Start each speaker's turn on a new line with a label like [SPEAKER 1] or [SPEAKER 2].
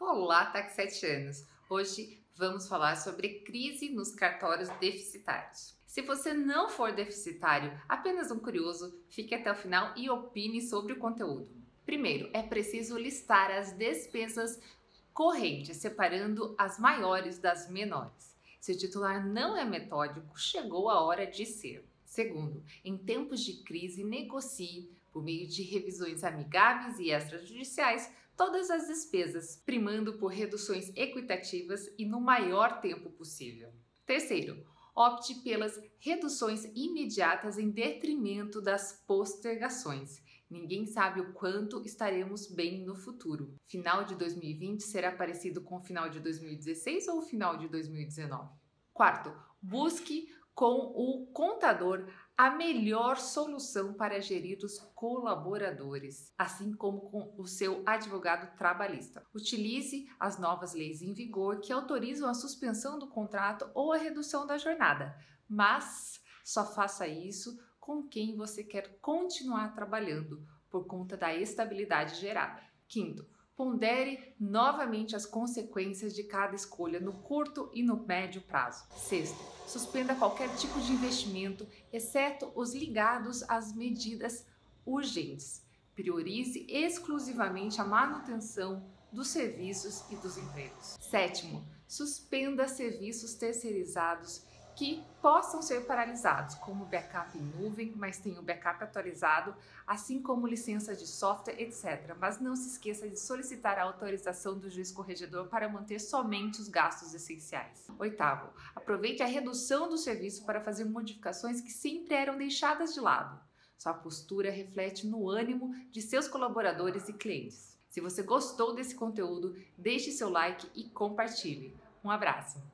[SPEAKER 1] Olá, taxetianos! Hoje vamos falar sobre crise nos cartórios deficitários. Se você não for deficitário, apenas um curioso, fique até o final e opine sobre o conteúdo. Primeiro, é preciso listar as despesas correntes, separando as maiores das menores. Se o titular não é metódico, chegou a hora de ser. Segundo, em tempos de crise, negocie, por meio de revisões amigáveis e extrajudiciais, todas as despesas, primando por reduções equitativas e no maior tempo possível. Terceiro, opte pelas reduções imediatas em detrimento das postergações. Ninguém sabe o quanto estaremos bem no futuro. Final de 2020 será parecido com o final de 2016 ou o final de 2019? Quarto, busque com o contador a melhor solução para gerir os colaboradores, assim como com o seu advogado trabalhista. Utilize as novas leis em vigor que autorizam a suspensão do contrato ou a redução da jornada, mas só faça isso com quem você quer continuar trabalhando por conta da estabilidade gerada. Quinto, pondere novamente as consequências de cada escolha no curto e no médio prazo. Sexto, suspenda qualquer tipo de investimento, exceto os ligados às medidas urgentes. Priorize exclusivamente a manutenção dos serviços e dos empregos. Sétimo, suspenda serviços terceirizados que possam ser paralisados, como backup em nuvem, mas tenha o backup atualizado, assim como licença de software, etc. Mas não se esqueça de solicitar a autorização do juiz corregedor para manter somente os gastos essenciais. Oitavo, aproveite a redução do serviço para fazer modificações que sempre eram deixadas de lado. Sua postura reflete no ânimo de seus colaboradores e clientes. Se você gostou desse conteúdo, deixe seu like e compartilhe. Um abraço!